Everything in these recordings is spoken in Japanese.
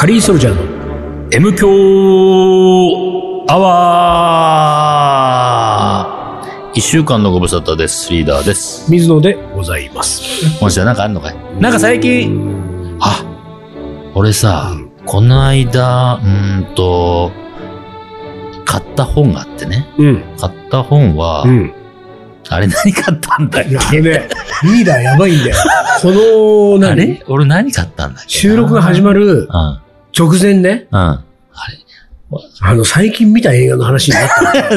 カリーソルジャーの M 強アワー。一週間のご無沙汰です。リーダーです。 水野でございます。 今週はなんかあんのかい？なんか最近、俺さ、この間、買った本があってね。買った本は、あれ何買ったんだっけ？ あれね、リーダーやばいんだよ。この、 あれ俺何買ったんだっけ？ 収録が始まる直前ね。最近見た映画の話になった。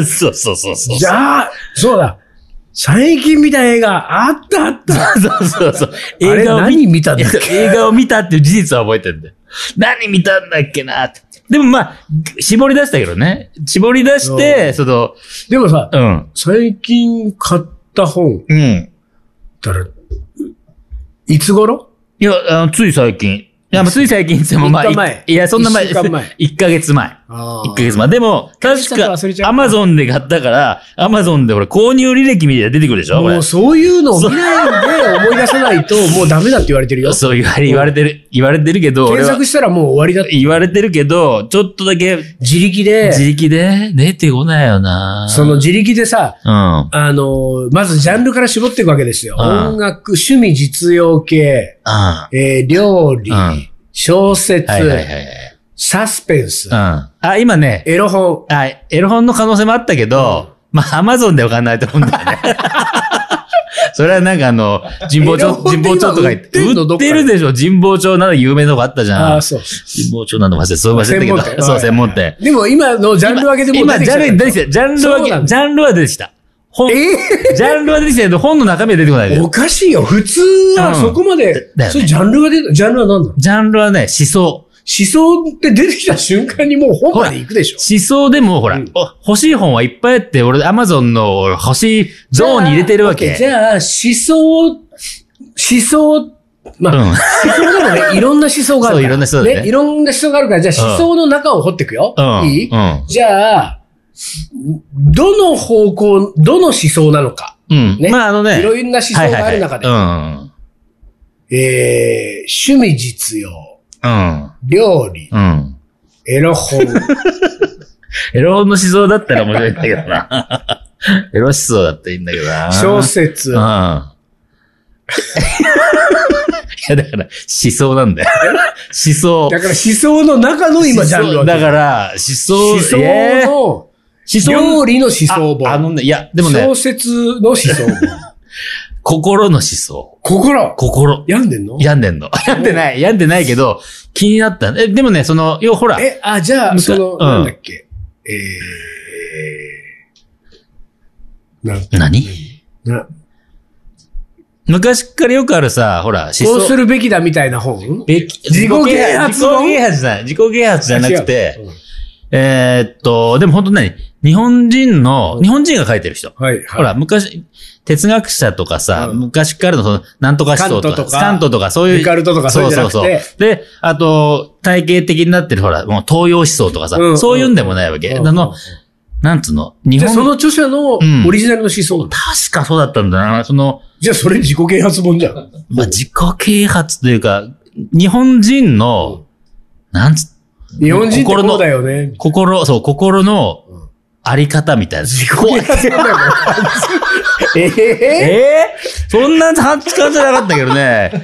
そう。 じゃあ、そうだ。最近見た映画、あった。 そう。 映画を何見たんだっけ？ 映画を見たっていう事実は覚えてるんだよ。何見たんだっけなって。でもまあ、絞り出したけどね。絞り出して、 でもさ、最近買った本。だから、いつ頃？ いや、つい最近。いや、つい最近って言ってもまあ、いや、そんな前。1ヶ月前。1ヶ月前。でも、確か、アマゾンで買ったから、アマゾンで俺、購入履歴見て出てくるでしょ？ もうそういうのを見ないで思い出さないと、もうダメだって言われてるよ。 そう言われてるけど、 検索したらもう終わりだって。 言われてるけど、ちょっとだけ、 自力で出てこないよな。 その自力でさ、まずジャンルから絞っていくわけですよ。音楽、趣味実用系、料理、小説、サスペンス。 今ね。 エロ本。 エロ本の可能性もあったけど、まあ、アマゾンでわかんないと思うんだよね。それはなんか神保町とか言って。売ってるでしょ。神保町なんか有名なとこあったじゃん。 そう。 神保町なんかそう忘れたけど。そう、専門店。 でも今のジャンル分けでも出てきた。ジャンルは出てきた。ジャンルは出てきたけど、本の中身は出てこないで。 おかしいよ。普通はそこまで、そういうジャンルが出た。ジャンルは何だろう？ ジャンルはね、思想。 思想って出てきた瞬間にもう本まで行くでしょ。 思想でもほら、欲しい本はいっぱいあって、俺アマゾンの欲しいゾーンに入れてるわけ。 じゃあ、思想、まあ、思想でもね、いろんな思想があるから。そう、いろんな思想ね。いろんな思想があるから、じゃあ思想の中を掘っていくよ。いい？じゃあ、どの思想なのか。 まあいろんな思想がある中で。趣味実用。料理。エロ本。 エロ本の思想だったら面白いんだけどな。エロ思想だったらいいんだけどな。 小説。いや、 だから、思想なんだよ。思想。 だから思想の中の今ジャンルは。 だから、思想の、料理の思想本。 いや、でもね。 小説の思想本。 心の思想。 心。 病んでんの？病んでないけど、気になった。でもね、ほら。 じゃあ、なんだっけ。 何？昔からよくあるさ、ほら、 こうするべきだみたいな本？自己啓発じゃなくて、でも本当日本人が書いてる人。ほら、昔、哲学者とかさ、昔からのなんとか思想とか、カントとか、そういう。 デカルトとかそういうじゃなくて。 で、あと、体系的になってる、ほら、もう東洋思想とかさ、そういうんでもないわけ。なんつうの、 日本。その著者のオリジナルの思想。 確かそうだったんだな、 じゃあそれ自己啓発本じゃん。 まあ、自己啓発というか、日本人の、 日本人ってこうだよね。 心のあり方みたいな。 自己啓発だよ。 そんな感じじゃなかったけどね。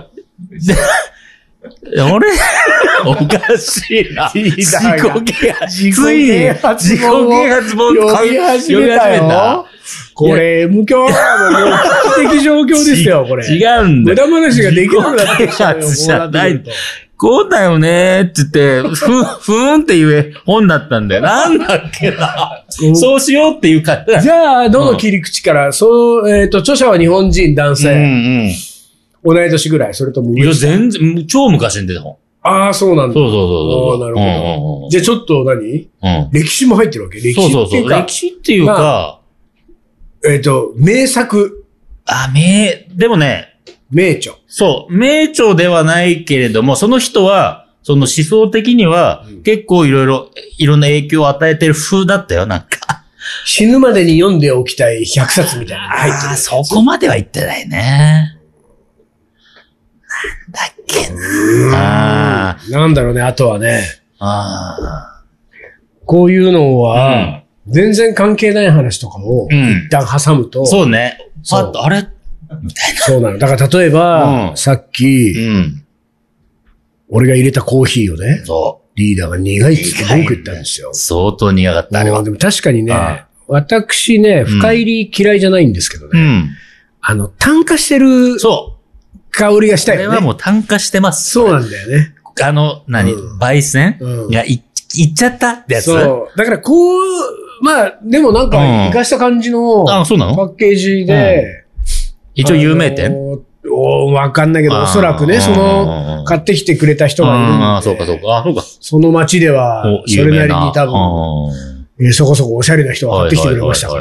おかしいな。自己啓発。ついに自己啓発本読み始めたよ。これ、無教なのもう危機的状況ですよ、これ。 違うんだよ。 無駄話ができなくなってきたよ。 じゃない。こうだよねって言って、ふーんっていう本だったんだよ。なんだっけな。そうしようっていうか。 じゃあ、どの切り口から、著者は日本人男性。同い年ぐらい、それとも上？いや、全然、超昔に出た本。 そうなんだ。 そう。 なるほど。じゃあちょっと歴史も入ってるわけ？歴史っていうか。 歴史っていうか。 名作。 でもね。 名著。 そう。名著ではないけれども、その人は、その思想的には、結構いろんな影響を与えてる風だったよ、なんか。 死ぬまでに読んでおきたい100冊みたいなのが入ってる。 そこまでは言ってないね。なんだっけなんだろうね、あとはね。こういうのは、全然関係ない話とかを一旦挟むと。 そうね。パッと、あれみたいな。 そうなの。だから例えば、さっき、俺が入れたコーヒーをね、リーダーが苦いって文句言ったんですよ。 相当苦かった、あれは。 でも確かにね、私ね、深入り嫌いじゃないんですけどね。炭化してる香りがしたいよね。 これはもう炭化してます。 そうなんだよね。 焙煎がいっちゃったってやつ。 そう。だからこう、まあ、でもなんか、活かした感じの、パッケージで、 一応有名店わかんないけど、おそらくね、買ってきてくれた人がいるんで。 そうか。 その街では、それなりに多分、そこそこおしゃれな人が買ってきてくれましたから。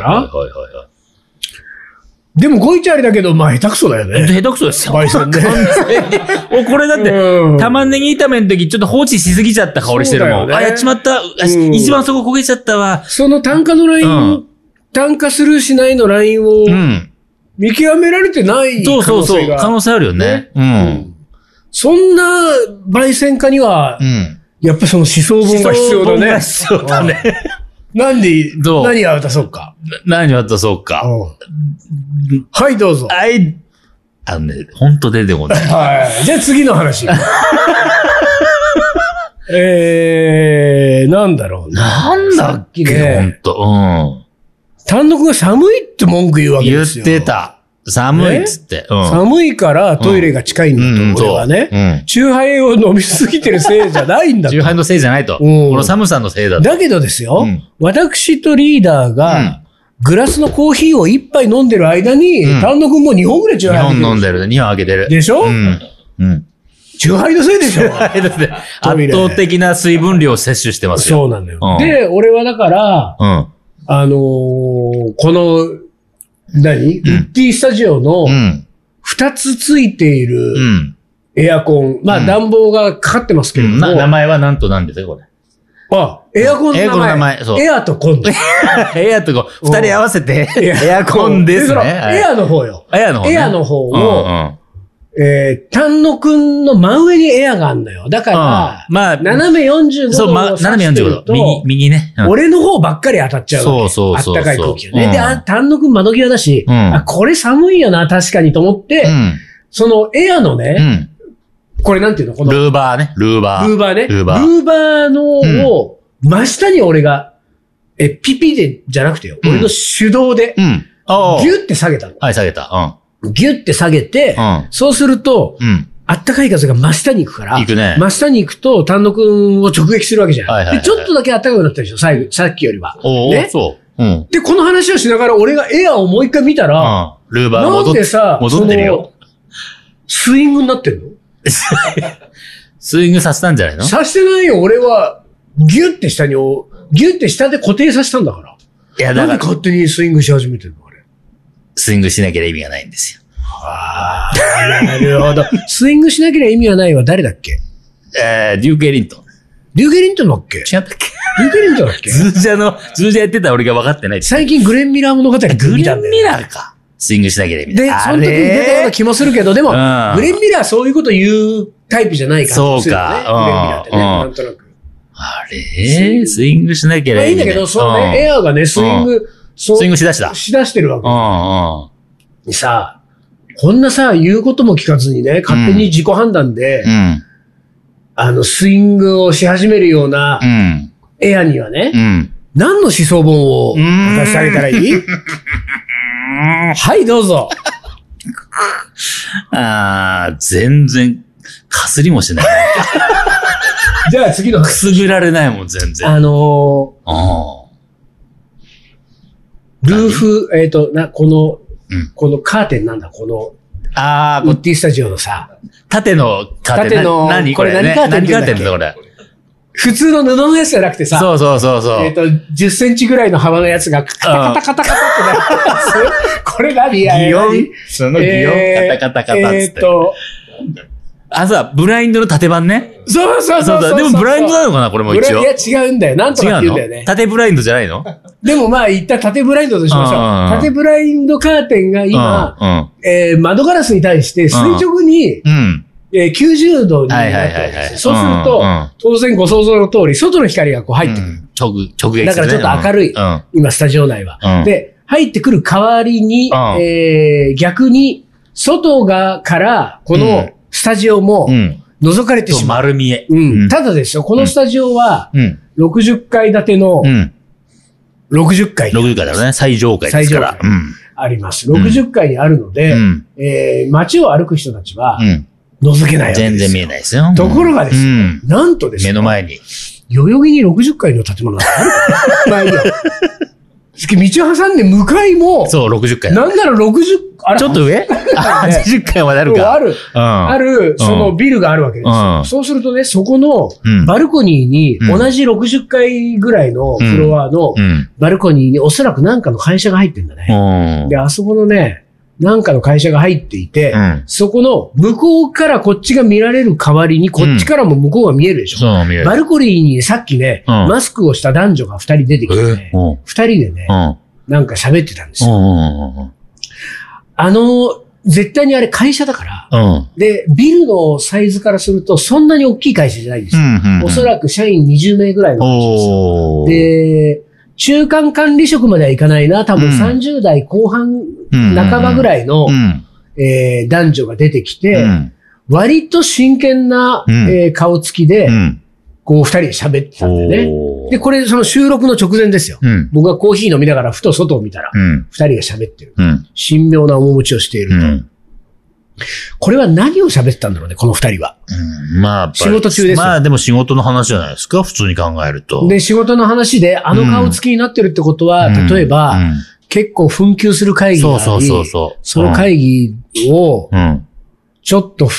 でも、こいつあれだけど、まあ、下手くそだよね。 下手くそですよ。 焙煎ね。 これだって、玉ねぎ炒めの時、ちょっと放置しすぎちゃった香りしてるもん。やっちまった。一番そこ焦げちゃったわ。 その炭化のライン、炭化するしないのラインを、見極められてない可能性が。そう。 可能性あるよね。 そんな焙煎家には、やっぱその思想本が必要だね。 が必要だね。 何を渡そうか。 何を渡そうか。 はい、どうぞ。 ほんと出てこない。 はい。じゃあ次の話。なんだろうな。 なんだっけ、ほんと。 単独が寒いって文句言うわけですよ。 言ってた。寒いっつって。 寒いからトイレが近いんだと、俺はね。チューハイを飲みすぎてるせいじゃないんだと。 チューハイのせいじゃないと。この寒さのせいだと。 だけどですよ、私とリーダーが、グラスのコーヒーを一杯飲んでる間に、単独も2本ぐらいチューハイ 2本飲んでる。2本開けてる。 でしょチューハイのせいでしょ。 圧倒的な水分量を摂取してますよ。 そうなんだよ。で、俺はだから、この、ウッディスタジオの2つついているエアコン。まあ暖房がかかってますけれども。 名前は何と何ですかこれ。 エアコンの名前。エアとコン。 エアとコン。二人合わせてエアコンですね。 エアの方よ。 エアの方。 エアの方を、丹野くんの真上にエアがあるのよ。だから、まあ、斜め45度を斜め45度。右ね。 俺の方ばっかり当たっちゃうわけ。 そう。 あったかい空気をね。で、丹野くん窓際だし、これ寒いよな、確かにと思って、そのエアのね、これなんていうのこのルーバーね。ルーバーのを、真下に俺が、ピピでじゃなくてよ。俺の手動で、ギュって下げたの。 はい、下げた。 ギュって下げて、そうすると、あったかい風が真下に行くから、真下に行くと、丹野くんを直撃するわけじゃん。で、ちょっとだけあったかくなったでしょ、さっきよりは。 ね。そう。 で、この話をしながら俺がエアをもう一回見たら、 ルーバーなんでさ、 戻ってるよ。 スイングになってんのスイングさせたんじゃないのさせてないよ、俺は、ギュって下で固定させたんだから。いや、だから。なんで勝手にスイングし始めてんのあれ。 スイングしなければ意味がないんですよ。 なるほど。スイングしなければ意味がないは誰だっけデューク・エリントン。 デューク・エリントンだっけ違ったっけデューク・エリントンだっけズージャやってた俺が分かってない。 最近グレン・ミラー物語見たんだよ。 グレン・ミラーか。スイングしなければ意味ない。 で、その時に出たような気もするけど、でも、グレン・ミラーそういうこと言うタイプじゃないから。 そうか。 グレン・ミラーってね、なんとなく。 あれスイングしなければいいんだけど、そうね、エアーがね、スイングしだしてるわけ。さ、こんなさ、言うことも聞かずにね、勝手に自己判断で、スイングをし始めるような、エアにはね、何の思想本を渡してあげたらいいはい、どうぞ。 全然、かすりもしない。 じゃあ次の。 くすぐられないもん、全然。 ルーフ、このカーテンなんだ、この、ウッディスタジオのさ。 縦のカーテン。 縦の、 何これ何カーテンだこれ。 普通の布のやつじゃなくてさ。 そう。 10センチぐらいの幅のやつが、カタカタカタカタってなる。これ何その擬音、カタカタカタっつって。ブラインドの縦版ね。 そう。 でもブラインドなのかなこれも一応。 いや、違うんだよ。なんとかって言うんだよね。 縦ブラインドじゃないのでもまあ、一旦縦ブラインドとしましょう。縦ブラインドカーテンが今、窓ガラスに対して垂直に、 90度になってるんですよ。そうすると、当然ご想像の通り、外の光がこう入ってくる。 直撃。 だからちょっと明るい。今、スタジオ内は。で、入ってくる代わりに、逆に、外側から、このスタジオも、覗かれてしまう。 丸見え。 ただですよ、このスタジオは、60階建ての、60階。 60階だろうね。最上階ですから。 あります。60階にあるので、街を歩く人たちは、覗けないわけですよ。 全然見えないですよ。 ところがですね、なんとですね、 目の前に。 代々木に60階の建物があるから。まあいいや。道を挟んで向かいも、 そう、60階。 なんなら60、 ちょっと上 ?80 階まであるか。 ある、そのビルがあるわけですよ。そうするとね、そこのバルコニーに、同じ60階ぐらいのフロアのバルコニーにおそらくなんかの会社が入ってんだね。で、あそこのね、なんかの会社が入っていて、そこの向こうからこっちが見られる代わりに、こっちからも向こうが見えるでしょ。バルコニーにさっきね、マスクをした男女が2人出てきてね、2人でね、なんか喋ってたんですよ。絶対にあれ会社だから、で、ビルのサイズからするとそんなに大きい会社じゃないんですよ。おそらく社員20名ぐらいの会社ですよ。で、中間管理職まではいかないな、多分30代後半半ばぐらいの男女が出てきて、割と真剣な顔つきで、こう二人で喋ってたんだよね。で、これその収録の直前ですよ。僕がコーヒー飲みながらふと外を見たら、二人が喋ってる。神妙な面持ちをしていると。これは何を喋ってたんだろうね、この二人は。 まあ、 仕事中ですよ。 まあでも仕事の話じゃないですか、普通に考えると。 で、仕事の話であの顔つきになってるってことは、例えば、結構紛糾する会議があり、その会議を、ちょっと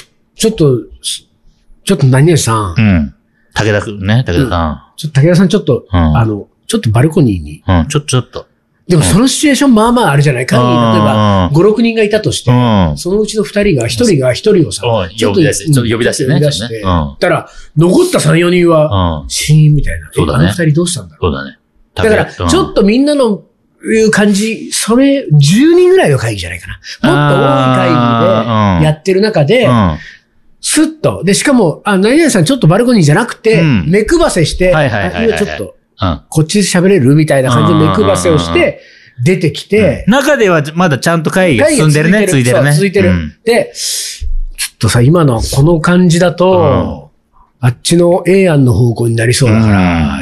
何々さん。 武田くんね、武田さん。 武田さんちょっと、ちょっとバルコニーに。 ちょっと。 でもそのシチュエーションまあまああるじゃない。会議に例えば5、6人がいたとして、そのうちの2人が1人をさ、 ちょっと呼び出してね。 たら、残った3、4人は、シーンみたいな。 そうだね。 あの2人どうしたんだろう。 そうだね。 だから、ちょっとみんなのいう感じ、それ10人ぐらいの会議じゃないかな。もっと多い会議でやってる中で、スッと。で、しかも、何々さんちょっとバルコニーじゃなくて、目配せして、今ちょっと、こっちで喋れるみたいな感じで目配せをして、出てきて、 中ではまだちゃんと会議が進んでるね、ついてるね。 続いてる。で、ちょっとさ、今のこの感じだと、あっちの A 案の方向になりそうだから、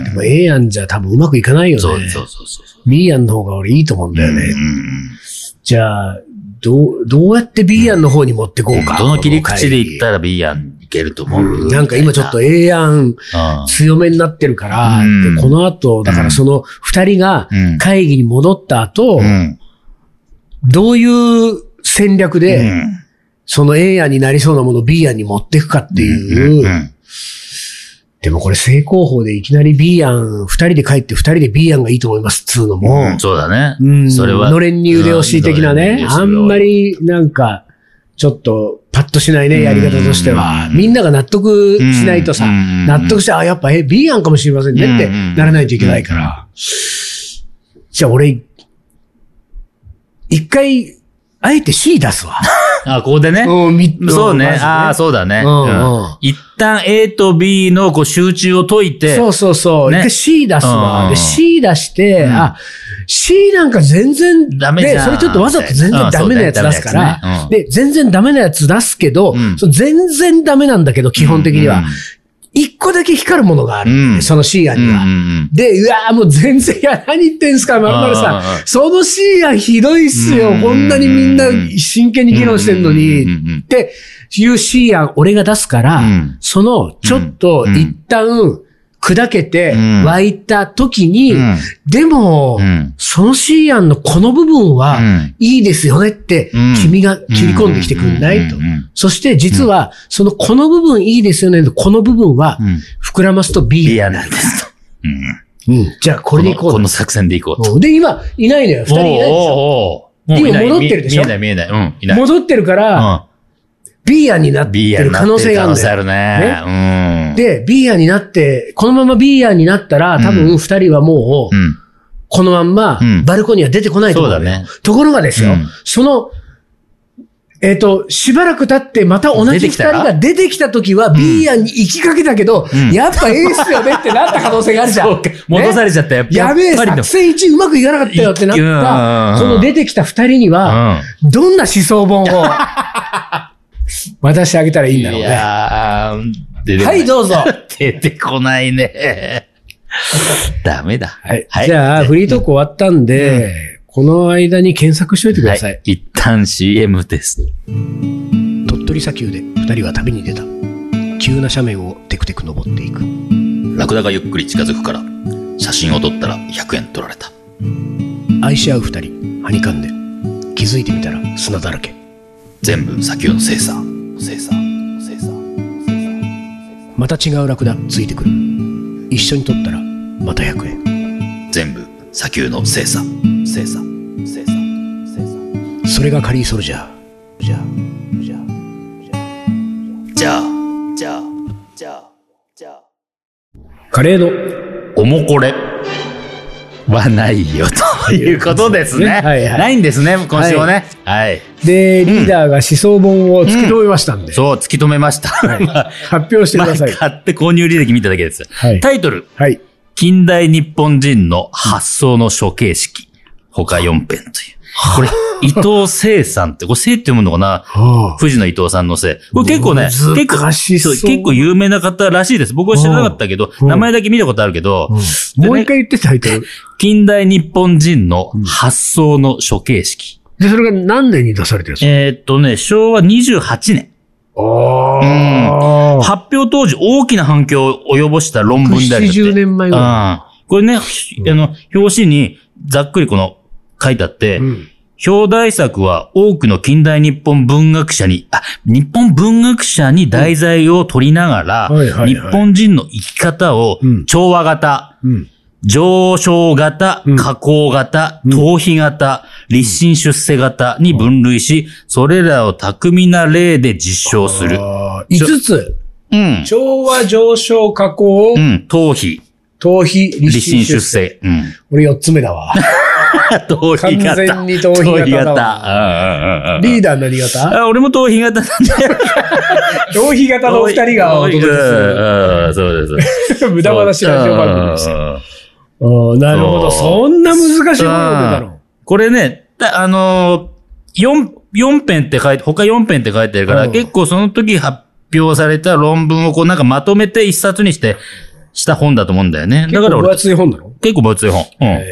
でも A 案じゃ多分うまくいかないよね。そう。B 案の方が俺いいと思うんだよね。じゃあ、どうやって B 案の方に持ってこうか。 どの切り口で言ったら B 案いけると思う。 なんか今ちょっと A 案強めになってるから、でこの後、だからその二人が会議に戻った後、どういう戦略で、その A 案になりそうなものを B 案に持っていくかっていう、でもこれ正攻法でいきなり B 案、二人で帰って二人で B 案がいいと思いますっつうのも、 そうだね。それは。 のれんに腕押し的なね、あんまりなんか、ちょっとパッとしないね、やり方としては。みんなが納得しないとさ、納得して、やっぱB 案かもしれませんねってならないといけないから。じゃあ俺、一回、あえて C 出すわ。 ここでね。そうね。そうだね。一旦 A と B のこう集中を解いて。 そう。で C 出すわ。で C 出して、C なんか全然ダメじゃん。で、それちょっとわざと全然ダメなやつ出すから。で、全然ダメなやつ出すけど、全然ダメなんだけど、基本的には。一個だけ光るものがある。その C 案には。で、もう全然、何言ってんすか、まるまるさん。その C 案ひどいっすよ。こんなにみんな真剣に議論してんのに。っていう C 案俺が出すから、その、ちょっと一旦、砕けて湧いた時に、でも、その C 案のこの部分はいいですよねって君が切り込んできてくんないと。そして実は、そのこの部分いいですよねのこの部分は膨らますと B 案なんですと。じゃあこれでいこう。 この作戦でいこうと。 で、今いないのよ。二人いないでしょ。今戻ってるでしょ。 見えない。 戻ってるから、B 案になってる可能性があるんだよ。 可能性あるね。 で、B 案になって、このまま B 案になったら、多分二人はもう、このまんま、バルコニーは出てこないと思う。そうだね。ところがですよ、その、 しばらく経ってまた同じ二人が出てきた時は B 案に行きかけたけど、やっぱ A っすよねってなった可能性があるじゃん。そうか。 戻されちゃったよ。 やべえ、作戦1うまくいかなかったよってなった、その出てきた二人には、どんな思想本を渡してあげたらいいんだろうね。はい、どうぞ。 出てこないね。ダメだ。 はい。じゃあ、フリートーク終わったんで、この間に検索しといてください。 一旦 CM です。 鳥取砂丘で二人は旅に出た。急な斜面をテクテク登っていく。 ラクダがゆっくり近づくから、写真を撮ったら100円取られた。 愛し合う二人、はにかんで。気づいてみたら砂だらけ。 全部砂丘の精査。 また違うラクダついてくる。一緒に撮ったらまた100円。 全部砂丘の精査。 それがカリーソルジャー。じゃあカレーのおもこれはないよということですね。ないんですね、今週はね。はい。 で、リーダーが思想本を突き止めましたんで。 そう、突き止めました。 発表してください。 買って購入履歴見ただけです。タイトル。近代日本人の発想の処刑式。他4編という。これ、伊藤聖さんって、これ聖って読むのかな、富士の伊藤さんの聖。これ結構ね、結構有名な方らしいです。僕は知らなかったけど、名前だけ見たことあるけど、 もう一回言ってタイトル。 近代日本人の発想の処刑式。 で、それが何年に出されてるんですか？昭和28年。発表当時大きな反響を及ぼした論文である。 70年前ぐらい。 これね、表紙にざっくりこの書いてあって、表題作は多くの近代日本文学者に題材を取りながら、日本人の生き方を調和型、上昇型、下降型、逃避型、立身出世型に分類し、それらを巧みな例で実証する。 5つ。調和、上昇、下降、 逃避、立身出世。 俺4つ目だわ。 逃避型。 完全に逃避型だ。リーダー何型？ 俺も逃避型なんで。 逃避型の2人がお届けする。 そうです。 無駄話ラジオ番組ですよ。なるほど。そんな難しいものだろう。 これね、4編って書いて、他4編って書いてるから、結構その時発表された論文をこうなんかまとめて一冊にした本だと思うんだよね。 だから分厚い本なの？ 結構分厚い本。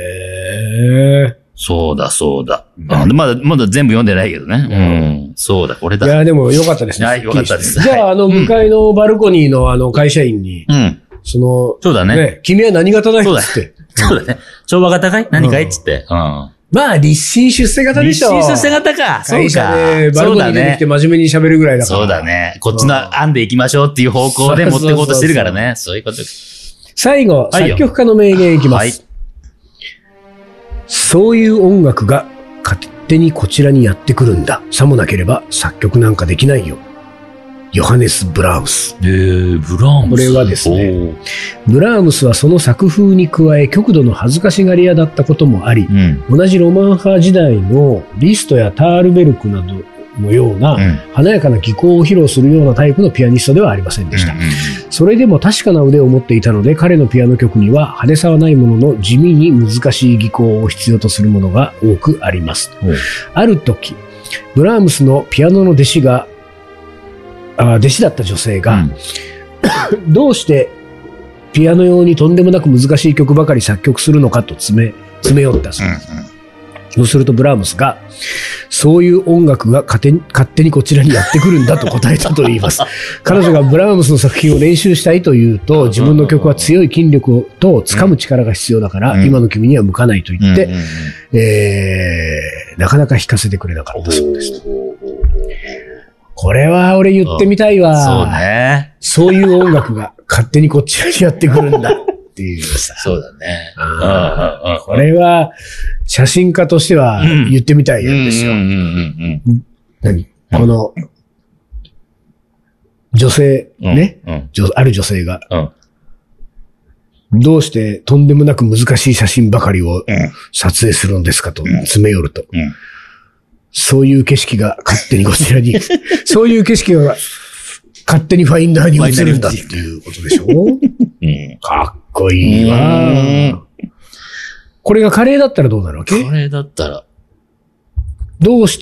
そうだ。まだ全部読んでないけどね。そうだ、これだ。 いや、でもよかったですね。 はい、よかったです。 じゃあ、向かいのバルコニーの会社員に、 そうだね。 君は何型だいって。 そうだね。調和型かい？何かいっつって。 まあ、立身出世型でしょ。 立身出世型か。 会社でバルコニー出てきて真面目に喋るぐらいだから。 そうだね。こっちの案で行きましょうっていう方向で持っていこうとしてるからね。そういうこと。 最後、作曲家の名言いきます。そういう音楽が勝手にこちらにやってくるんだ。さもなければ作曲なんかできないよ。ヨハネス・ブラームス。 ブラームス。 これはですね、ブラームスはその作風に加え極度の恥ずかしがり屋だったこともあり、同じロマン派時代のリストやタールベルクなどのような華やかな技巧を披露するようなタイプのピアニストではありませんでした。それでも確かな腕を持っていたので、彼のピアノ曲には派手さはないものの地味に難しい技巧を必要とするものが多くあります。ある時、ブラームスのピアノの弟子だった女性が、どうしてピアノ用にとんでもなく難しい曲ばかり作曲するのかと詰め寄ったそうです。そうするとブラームスが、そういう音楽が勝手にこちらにやってくるんだと答えたと言います。彼女がブラームスの作品を練習したいというと、自分の曲は強い筋力と掴む力が必要だから、今の君には向かないと言って、なかなか弾かせてくれなかったそうです。これは俺言ってみたいわ。 そうね。 そういう音楽が勝手にこちらにやってくるんだっていうさ。 そうだね。 これは写真家としては言ってみたいんですよ。この女性ね、ある女性が、どうしてとんでもなく難しい写真ばかりを撮影するのですかと詰め寄ると。 そういう景色が勝手にこちらに、そういう景色が勝手にファインダーに映るんだっていうことでしょ、かっこいいわ。これがカレーだったらどうなるわけ？ カレーだったら。 どうして、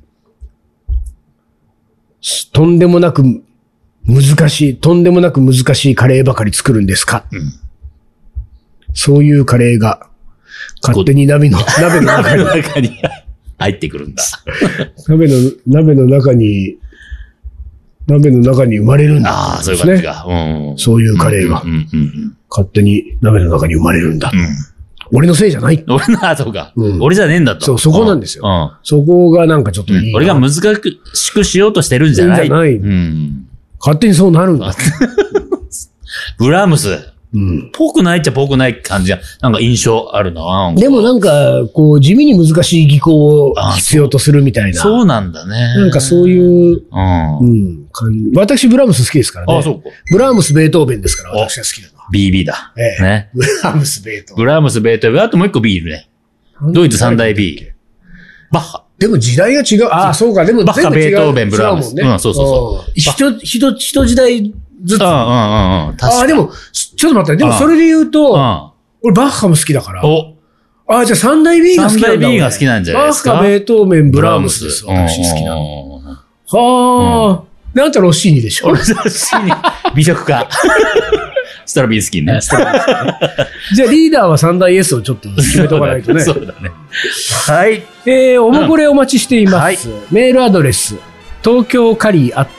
とんでもなく難しいカレーばかり作るんですか？そういうカレーが勝手に鍋の中に入ってくるんだ。 鍋の中に生まれるんだ、ね。 ああ、そういう感じか。 そういうカレーが勝手に鍋の中に生まれるんだ。俺のせいじゃない。 そうか。俺じゃねえんだと。 そう、そこなんですよ。そこがなんかちょっといい。 俺が難しくしようとしてるんじゃない。 勝手にそうなるんだ。 ブラームス。ぽくないっちゃぽくない感じが、なんか印象あるな。 でもなんか、こう、地味に難しい技巧を必要とするみたいな。 そうなんだね。 なんかそういう、私、ブラームス好きですからね。 そうか。 ブラームス、ベートーベンですから、私が好きなのは。 BB だ。ね。 ブラームス、ベートーベン。 ブラームス、ベートーベン。あともう一個 B いるね。ドイツ三大 B。バッハ。 でも時代が違う。そうか。でもバッハ、ベートーベン、ブラームス。そう。 一時代ずつ。 確かに。 でも、ちょっと待って。でもそれで言うと、俺バッハも好きだから。じゃあ三大 B が好きなんだ。 三大 B が好きなんじゃないですか。 バッハ、ベートーベン、ブラームスです。私好きなの。はあ。で、あんたロッシーニでしょ。 ロッシーニ。美食家。ストラビンスキーね。 じゃあリーダーは三大 S をちょっと決めとかないとね。 そうだね。はい。 おもこれお待ちしています。メールアドレス。東京カリー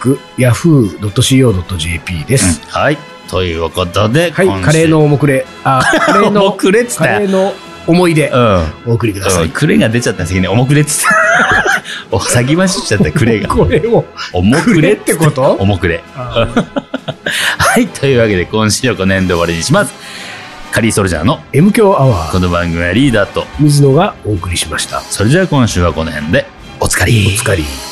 @yahoo.co.jp です。 はい。ということで、 はい。カレーのおもくれ。カレーの、 おもくれっつったカレーの思い出。お送りください。 クレが出ちゃったんですけどね、おもくれっつって。先走っちゃったクレが。 これを。 おもくれってことおもくれ。はい。というわけで、今週はこの辺で終わりにします。カリーソルジャーの M 強アワー。 この番組はリーダーと水野がお送りしました。 それじゃあ今週はこの辺で、おつかり。 おつかり。